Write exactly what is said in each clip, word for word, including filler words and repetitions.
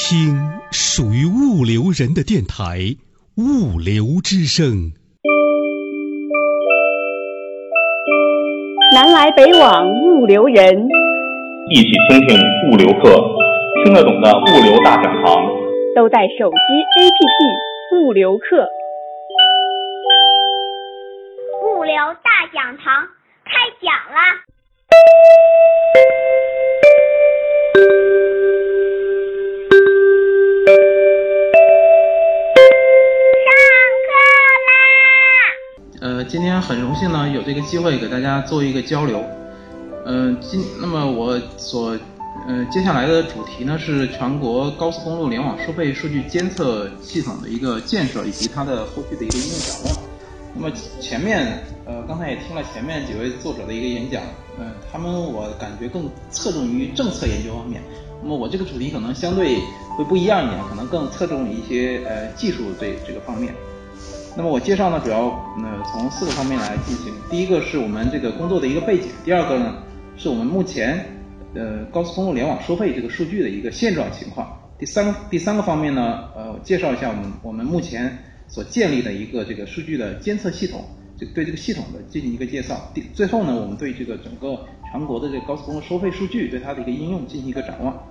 听属于物流人的电台，物流之声。 南来北往物流人， 一起听听物流课，听得懂的物流大讲堂， 都在手机 A P P 物流课。 物流大讲堂开讲啦！ 呃，今天很荣幸呢，有这个机会给大家做一个交流。嗯、呃，今那么我所呃接下来的主题呢是全国高速公路联网收费数据监测系统的一个建设以及它的后续的一个应用展望。那么前面呃刚才也听了前面几位作者的一个演讲，呃，他们我感觉更侧重于政策研究方面。那么我这个主题可能相对会不一样一点，可能更侧重于一些呃技术这这个方面。那么我介绍呢，主要呃从四个方面来进行。第一个是我们这个工作的一个背景，第二个呢是我们目前呃高速公路联网收费这个数据的一个现状情况。第三个第三个方面呢，呃介绍一下我们我们目前所建立的一个这个数据的监测系统，这对这个系统的进行一个介绍。第最后呢，我们对这个整个全国的这个高速公路收费数据对它的一个应用进行一个展望。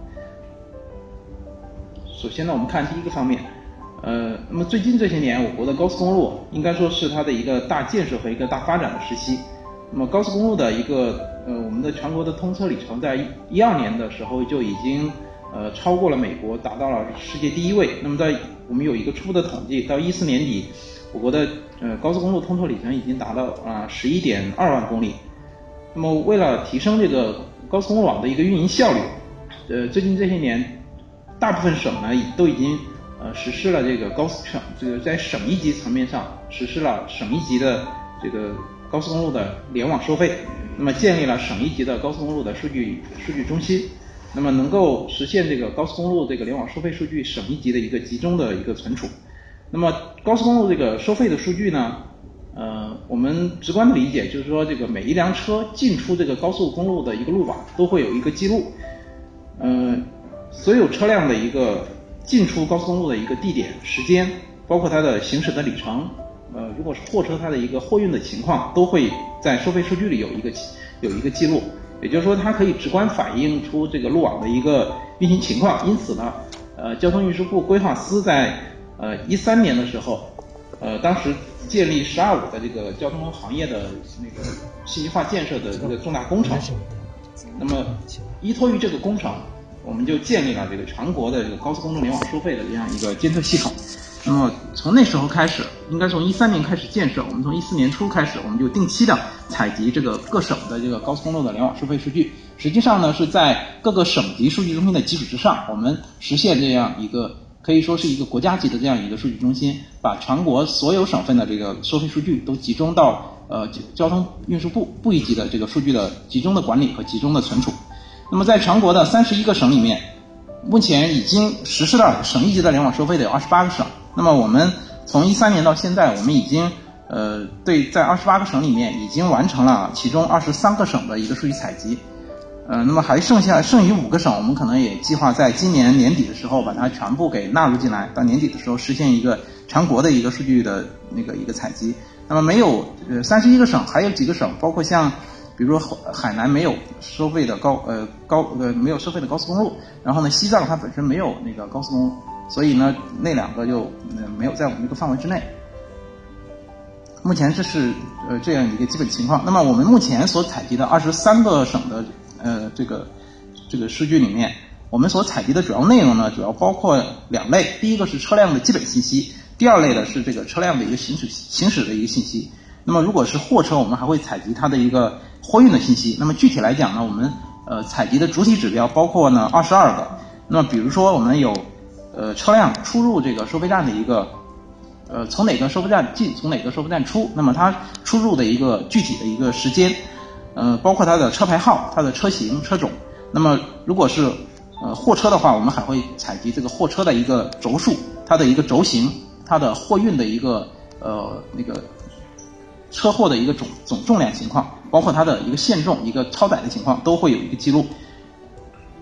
首先呢，我们看第一个方面。呃，那么最近这些年，我国的高速公路应该说是它的一个大建设和一个大发展的时期。那么高速公路的一个呃，我们的全国的通车里程在一二年的时候就已经呃超过了美国，达到了世界第一位。那么在我们有一个初步的统计，到一四年底，我国的呃高速公路通车里程已经达到啊十一点二万公里。那么为了提升这个高速公路网的一个运营效率，呃，最近这些年，大部分省呢都已经呃，实施了这个高速省这个在省一级层面上实施了省一级的这个高速公路的联网收费，那么建立了省一级的高速公路的数据数据中心，那么能够实现这个高速公路这个联网收费数据省一级的一个集中的一个存储。那么高速公路这个收费的数据呢，呃，我们直观的理解就是说，这个每一辆车进出这个高速公路的一个路网都会有一个记录，呃，所有车辆的一个进出高速公路的一个地点、时间，包括它的行驶的里程，呃，如果是货车它的一个货运的情况，都会在收费数据里有一个有一个记录。也就是说，它可以直观反映出这个路网的一个运行情况。因此呢，呃，交通运输部规划司在呃一三年的时候，呃，当时建立“十二五”的这个交通行业的那个信息化建设的一个重大工程。那么，依托于这个工程，我们就建立了这个全国的这个高速公路联网收费的这样一个监测系统。那么从那时候开始，应该从一三年开始建设，我们从一四年初开始，我们就定期的采集这个各省的这个高速公路的联网收费数据。实际上呢，是在各个省级数据中心的基础之上，我们实现这样一个可以说是一个国家级的这样一个数据中心，把全国所有省份的这个收费数据都集中到呃交通运输部部一级的这个数据的集中的管理和集中的存储。那么在全国的三十一个省里面，目前已经实施了省一级的联网收费的有二十八个省。那么我们从一三年到现在，我们已经呃对在二十八个省里面已经完成了其中二十三个省的一个数据采集。呃，那么还剩下剩余五个省，我们可能也计划在今年年底的时候把它全部给纳入进来，到年底的时候实现一个全国的一个数据的那个一个采集。那么没有呃三十一个省，还有几个省，包括像比如说海南没有收费的高呃高呃没有收费的高速公路，然后呢西藏它本身没有那个高速公路，所以呢那两个就呃没有在我们这个范围之内。目前这是呃这样一个基本情况。那么我们目前所采集的二十三个省的呃这个这个数据里面，我们所采集的主要内容呢，主要包括两类。第一个是车辆的基本信息，第二类的是这个车辆的一个行驶行驶的一个信息。那么如果是货车，我们还会采集它的一个货运的信息。那么具体来讲呢，我们呃采集的主体指标包括呢二十二个。那么比如说我们有呃车辆出入这个收费站的一个呃从哪个收费站进，从哪个收费站出，那么它出入的一个具体的一个时间，呃包括它的车牌号、它的车型、车种。那么如果是呃货车的话，我们还会采集这个货车的一个轴数、它的一个轴型、它的货运的一个呃那个车货的一个总总重量情况，包括它的一个限重、一个超载的情况，都会有一个记录。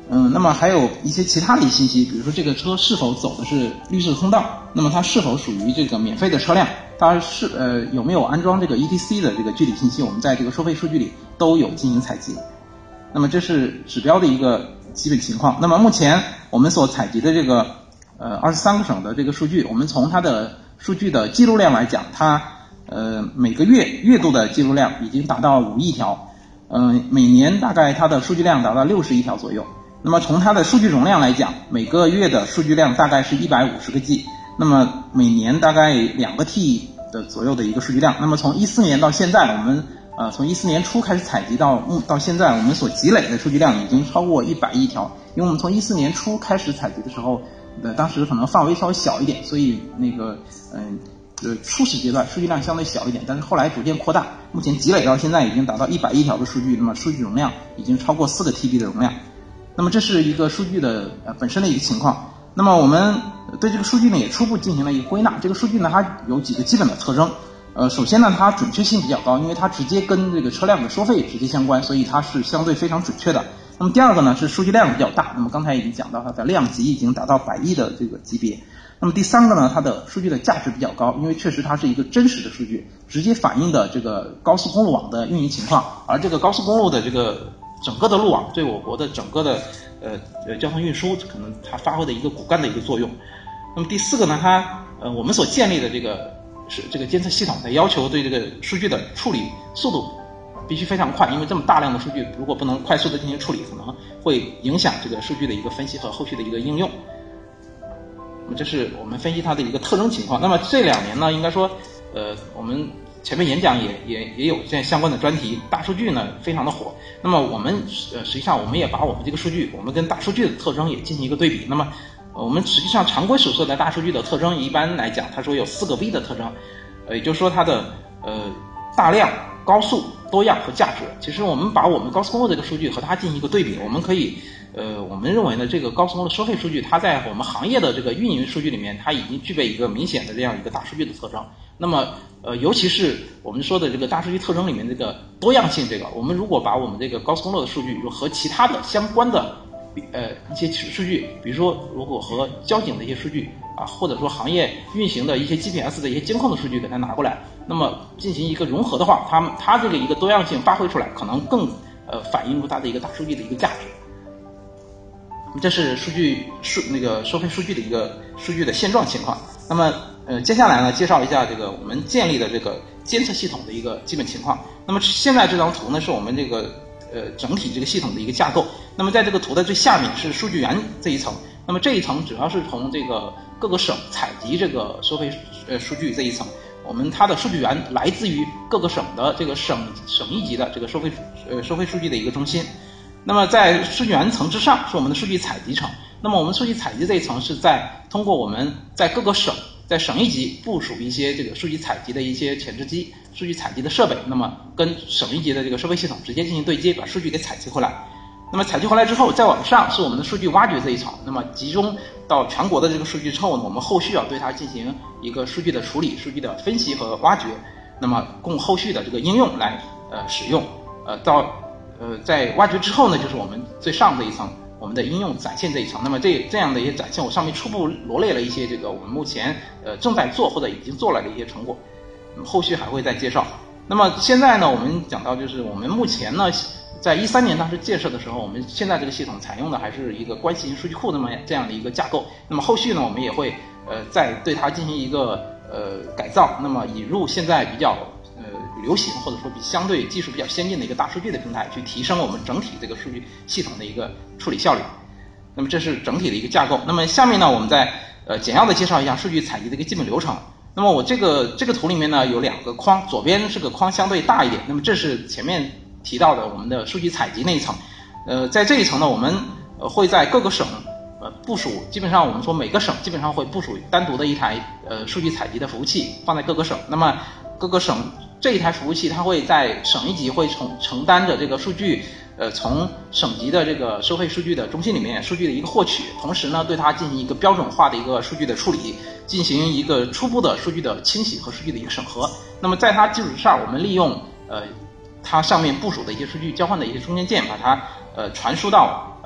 嗯，那么还有一些其他的信息，比如说这个车是否走的是绿色通道，那么它是否属于这个免费的车辆，它是呃有没有安装这个 E T C 的这个具体信息，我们在这个收费数据里都有进行采集。那么这是指标的一个基本情况。那么目前我们所采集的这个呃二十三个省的这个数据，我们从它的数据的记录量来讲，它呃每个月月度的记录量已经达到五亿条，嗯、呃，每年大概它的数据量达到六十亿条左右。那么从它的数据容量来讲，每个月的数据量大概是一百五十个 G， 那么每年大概两个 T 的左右的一个数据量。那么从一四年到现在，我们呃从一四年初开始采集到到现在，我们所积累的数据量已经超过一百亿条。因为我们从一四年初开始采集的时候，呃当时可能范围稍微小一点，所以那个嗯呃初始阶段数据量相对小一点，但是后来逐渐扩大，目前积累到现在已经达到一百亿条的数据，那么数据容量已经超过四个 T B 的容量。那么这是一个数据的呃本身的一个情况。那么我们对这个数据呢也初步进行了一个归纳。这个数据呢它有几个基本的特征。呃，首先呢它准确性比较高，因为它直接跟这个车辆的收费直接相关，所以它是相对非常准确的。那么第二个呢是数据量比较大，那么刚才已经讲到它的量级已经达到百亿的这个级别。那么第三个呢，它的数据的价值比较高，因为确实它是一个真实的数据，直接反映的这个高速公路网的运营情况，而这个高速公路的这个整个的路网对我国的整个的呃呃交通运输可能它发挥的一个骨干的一个作用。那么第四个呢，它呃我们所建立的这个是这个监测系统，它要求对这个数据的处理速度必须非常快，因为这么大量的数据如果不能快速的进行处理，可能会影响这个数据的一个分析和后续的一个应用。那么这是我们分析它的一个特征情况。那么这两年呢，应该说呃我们前面演讲也也也有这相关的专题，大数据呢非常的火。那么我们呃实际上我们也把我们这个数据，我们跟大数据的特征也进行一个对比。那么我们实际上常规手册的大数据的特征，一般来讲它说有四个 V 的特征，呃也就是说它的呃大量、高速、多样和价值。其实我们把我们高速公路这个数据和它进行一个对比，我们可以呃我们认为呢，这个高速公路收费数据它在我们行业的这个运营数据里面，它已经具备一个明显的这样一个大数据的特征。那么呃尤其是我们说的这个大数据特征里面这个多样性，这个我们如果把我们这个高速公路的数据和其他的相关的呃一些数据，比如说如果和交警的一些数据啊，或者说行业运行的一些 G P S 的一些监控的数据给它拿过来，那么进行一个融合的话，它它这个一个多样性发挥出来，可能更呃反映出它的一个大数据的一个价值。这是数据数那个收费数据的一个数据的现状情况。那么呃接下来呢，介绍一下这个我们建立的这个监测系统的一个基本情况。那么现在这张图呢，是我们这个呃整体这个系统的一个架构。那么在这个图的最下面是数据源这一层，那么这一层主要是从这个各个省采集这个收费呃数据这一层，我们它的数据源来自于各个省的这个省省一级的这个收费呃收费数据的一个中心。那么在数据源层之上是我们的数据采集层，那么我们数据采集这一层是在通过我们在各个省在省一级部署一些这个数据采集的一些前置机、数据采集的设备，那么跟省一级的这个收费系统直接进行对接，把数据给采集回来。那么采集回来之后，再往上是我们的数据挖掘这一层，那么集中到全国的这个数据之后呢，我们后续要对它进行一个数据的处理、数据的分析和挖掘，那么供后续的这个应用来呃使用。呃到呃在挖掘之后呢，就是我们最上这一层，我们的应用展现这一层。那么这这样的一些展现，我上面初步罗列了一些这个我们目前呃正在做或者已经做了的一些成果，嗯，后续还会再介绍。那么现在呢，我们讲到就是我们目前呢，在一三年当时建设的时候，我们现在这个系统采用的还是一个关系型数据库那么这样的一个架构。那么后续呢，我们也会呃再对它进行一个呃改造，那么引入现在比较呃流行或者说比相对技术比较先进的一个大数据的平台，去提升我们整体这个数据系统的一个处理效率。那么这是整体的一个架构。那么下面呢，我们再呃简要的介绍一下数据采集的一个基本流程。那么我这个这个图里面呢有两个框，左边是个框相对大一点，那么这是前面提到的我们的数据采集那一层。呃，在这一层呢，我们呃会在各个省呃部署，基本上我们说每个省基本上会部署单独的一台呃数据采集的服务器放在各个省。那么各个省这一台服务器，它会在省一级会承承担着这个数据呃从省级的这个收费数据的中心里面数据的一个获取，同时呢对它进行一个标准化的一个数据的处理，进行一个初步的数据的清洗和数据的一个审核。那么在它基础之上，我们利用呃它上面部署的一些数据交换的一些中间件，把它呃传输到呃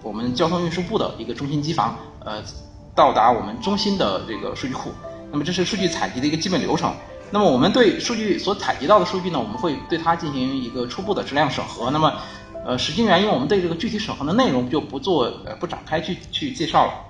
我们交通运输部的一个中心机房，呃，到达我们中心的这个数据库。那么这是数据采集的一个基本流程。那么我们对数据所采集到的数据呢，我们会对它进行一个初步的质量审核。那么，呃，时间原因，我们对这个具体审核的内容就不做呃不展开去去介绍了。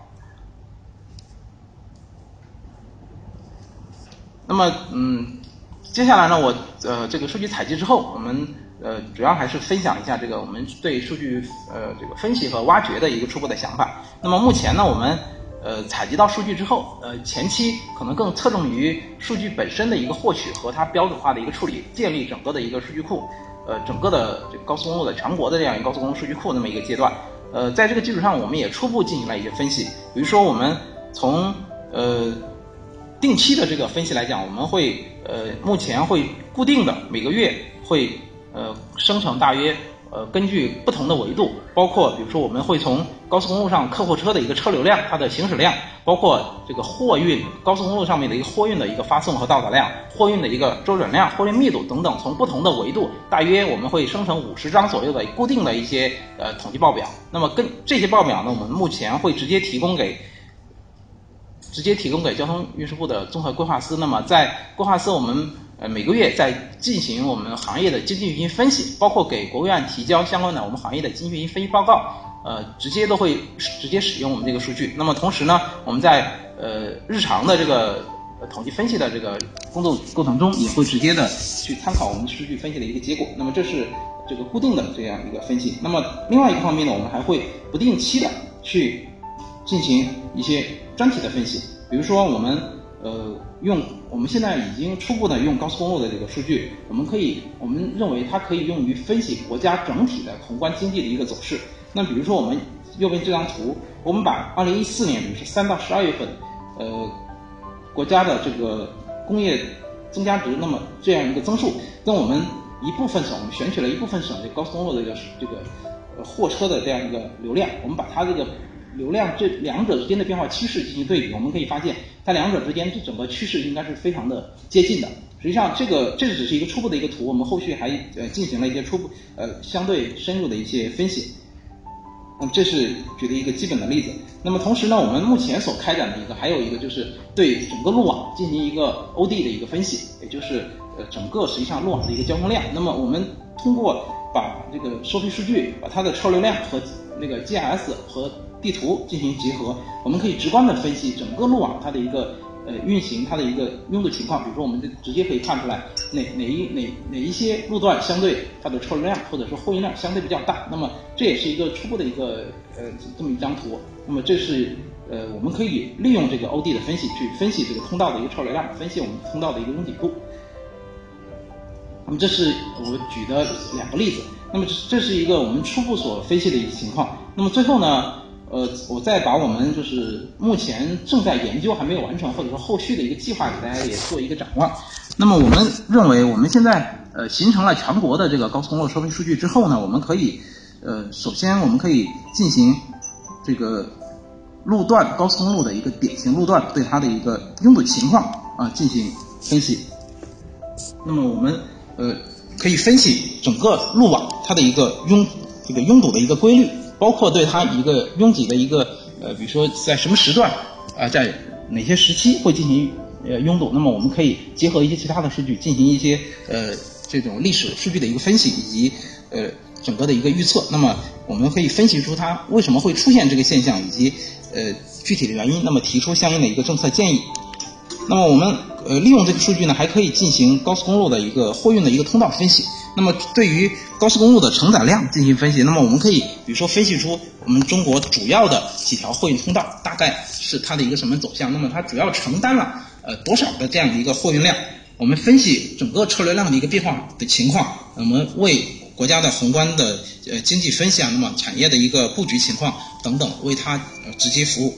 那么，嗯，接下来呢，我呃这个数据采集之后，我们呃主要还是分享一下这个我们对数据呃这个分析和挖掘的一个初步的想法。那么目前呢，我们呃采集到数据之后，呃前期可能更侧重于数据本身的一个获取和它标准化的一个处理，建立整个的一个数据库，呃整个的这个高速公路的全国的这样一个高速公路数据库那么一个阶段。呃在这个基础上，我们也初步进行了一些分析，比如说我们从呃定期的这个分析来讲，我们会呃目前会固定的每个月会呃生成大约呃根据不同的维度，包括比如说我们会从高速公路上客货车的一个车流量，它的行驶量，包括这个货运高速公路上面的一个货运的一个发送和到达量，货运的一个周转量、货运密度等等，从不同的维度，大约我们会生成五十张左右的固定的一些呃统计报表。那么跟这些报表呢，我们目前会直接提供给直接提供给交通运输部的综合规划司。那么在规划司，我们呃每个月在进行我们行业的经济运行分析，包括给国务院提交相关的我们行业的经济运行分析报告，呃直接都会直接使用我们这个数据。那么同时呢，我们在呃日常的这个统计分析的这个工作过程中，也会直接的去参考我们数据分析的一个结果。那么这是这个固定的这样一个分析。那么另外一个方面呢，我们还会不定期的去进行一些专题的分析，比如说我们呃用我们现在已经初步的用高速公路的这个数据，我们可以我们认为它可以用于分析国家整体的宏观经济的一个走势。那比如说我们右边这张图，我们把二零一四年，比如说三到十二月份，呃国家的这个工业增加值，那么这样一个增速，跟我们一部分省，我们选取了一部分省这高速公路的这个这个呃货车的这样一个流量，我们把它这个流量这两者之间的变化趋势进行对比，我们可以发现它两者之间这整个趋势应该是非常的接近的。实际上这个这只是一个初步的一个图，我们后续还呃进行了一些初步呃相对深入的一些分析。那么这是举的一个基本的例子。那么同时呢，我们目前所开展的一个还有一个就是对整个路网进行一个 O D 的一个分析，也就是呃整个实际上路网的一个交通量。那么我们通过把这个收费数据，把它的车流量和那个 G I S 和地图进行结合，我们可以直观的分析整个路网它的一个呃运行它的一个拥堵情况。比如说我们就直接可以看出来哪哪一哪哪一些路段相对它的车流量或者说货运量相对比较大，那么这也是一个初步的一个呃这么一张图。那么这是呃我们可以利用这个 O D 的分析去分析这个通道的一个车流量，分析我们通道的一个拥挤度。那么这是我举的两个例子。那么这这是一个我们初步所分析的一个情况。那么最后呢，呃，我再把我们就是目前正在研究还没有完成，或者说后续的一个计划给大家也做一个展望。那么我们认为，我们现在呃形成了全国的这个高速公路收费数据之后呢，我们可以呃首先我们可以进行这个路段高速公路的一个典型路段对它的一个拥堵情况啊、呃、进行分析。那么我们呃可以分析整个路网它的一个拥这个拥堵的一个规律。包括对它一个拥挤的一个呃，比如说在什么时段啊、呃，在哪些时期会进行呃拥堵，那么我们可以结合一些其他的数据进行一些呃这种历史数据的一个分析以及呃整个的一个预测。那么我们可以分析出它为什么会出现这个现象以及呃具体的原因，那么提出相应的一个政策建议。那么我们呃利用这个数据呢，还可以进行高速公路的一个货运的一个通道分析。那么对于高速公路的承载量进行分析，那么我们可以比如说分析出我们中国主要的几条货运通道大概是它的一个什么走向，那么它主要承担了呃多少的这样的一个货运量，我们分析整个车流量的一个变化的情况，我们为国家的宏观的呃经济分析啊，那么产业的一个布局情况等等，为它呃直接服务。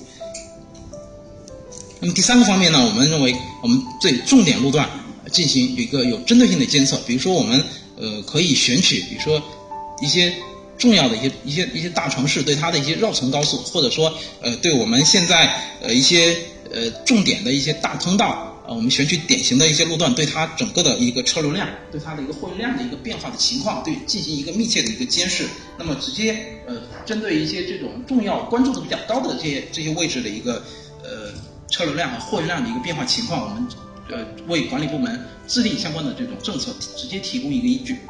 那么第三个方面呢，我们认为我们对重点路段进行一个有针对性的监测，比如说我们呃可以选取比如说一些重要的一些一些一些大城市对它的一些绕城高速，或者说呃对我们现在呃一些呃重点的一些大通道呃我们选取典型的一些路段，对它整个的一个车流量，对它的一个货运量的一个变化的情况，对进行一个密切的一个监视。那么直接呃针对一些这种重要关注度比较高的这些这些位置的一个呃车流量和货运量的一个变化情况，我们呃为管理部门制定相关的这种政策直接提供一个依据。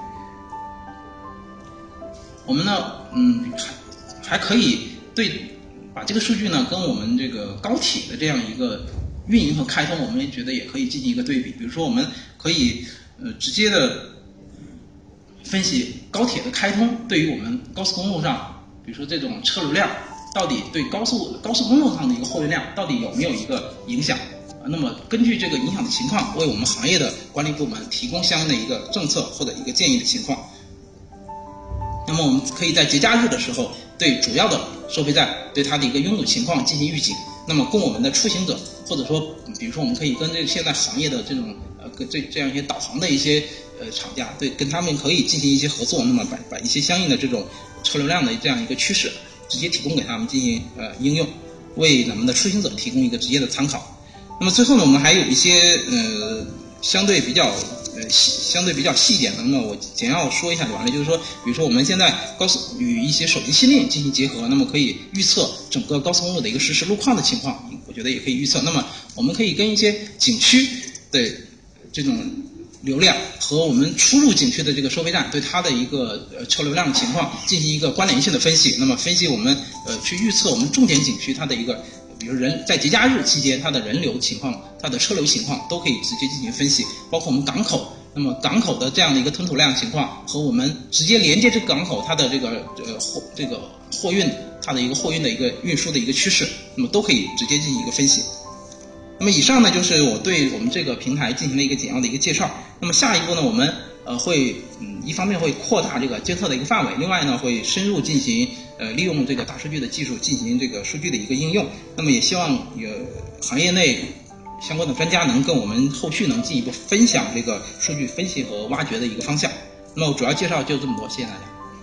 我们呢嗯还还可以对把这个数据呢跟我们这个高铁的这样一个运营和开通，我们也觉得也可以进行一个对比。比如说我们可以呃直接的分析高铁的开通对于我们高速公路上，比如说这种车流量到底对高速高速公路上的一个货运量到底有没有一个影响。那么根据这个影响的情况，为我们行业的管理部门提供相应的一个政策或者一个建议的情况。那么我们可以在节假日的时候对主要的收费站对它的一个拥堵情况进行预警，那么供我们的出行者，或者说比如说我们可以跟这现在行业的这种呃跟这这样一些导航的一些呃厂家，对跟他们可以进行一些合作，那么把把一些相应的这种车流量的这样一个趋势直接提供给他们进行呃应用，为咱们的出行者提供一个直接的参考。那么最后呢，我们还有一些呃相对比较呃相对比较细一点的，那么我简要说一下就完了。就是说，比如说我们现在高速与一些手机信令进行结合，那么可以预测整个高速公路的一个实时路况的情况，我觉得也可以预测。那么我们可以跟一些景区的这种流量和我们出入景区的这个收费站对它的一个呃车流量情况进行一个关联性的分析，那么分析我们呃去预测我们重点景区它的一个比如人在节假日期间它的人流情况，它的车流情况都可以直接进行分析，包括我们港口，那么港口的这样的一个吞吐量情况和我们直接连接这个港口它的这个呃货这个货运它的一个货运的一个运输的一个趋势，那么都可以直接进行一个分析。那么以上呢就是我对我们这个平台进行了一个简要的一个介绍。那么下一步呢，我们呃会嗯一方面会扩大这个监测的一个范围，另外呢会深入进行呃利用这个大数据的技术进行这个数据的一个应用。那么也希望有行业内相关的专家能跟我们后续能进一步分享这个数据分析和挖掘的一个方向。那么我主要介绍就这么多，谢谢大家。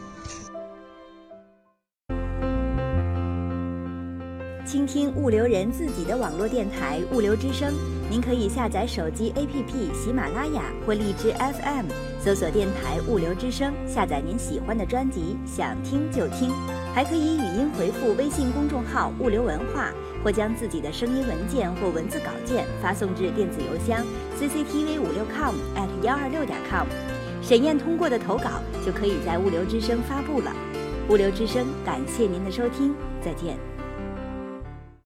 倾听物流人自己的网络电台物流之声，您可以下载手机 A P P 喜马拉雅或荔枝 F M， 搜索电台物流之声，下载您喜欢的专辑，想听就听。还可以语音回复微信公众号物流文化，或将自己的声音文件或文字稿件发送至电子邮箱 c c t v 五六 com at 一二六点 com， 审验通过的投稿就可以在物流之声发布了。物流之声，感谢您的收听，再见。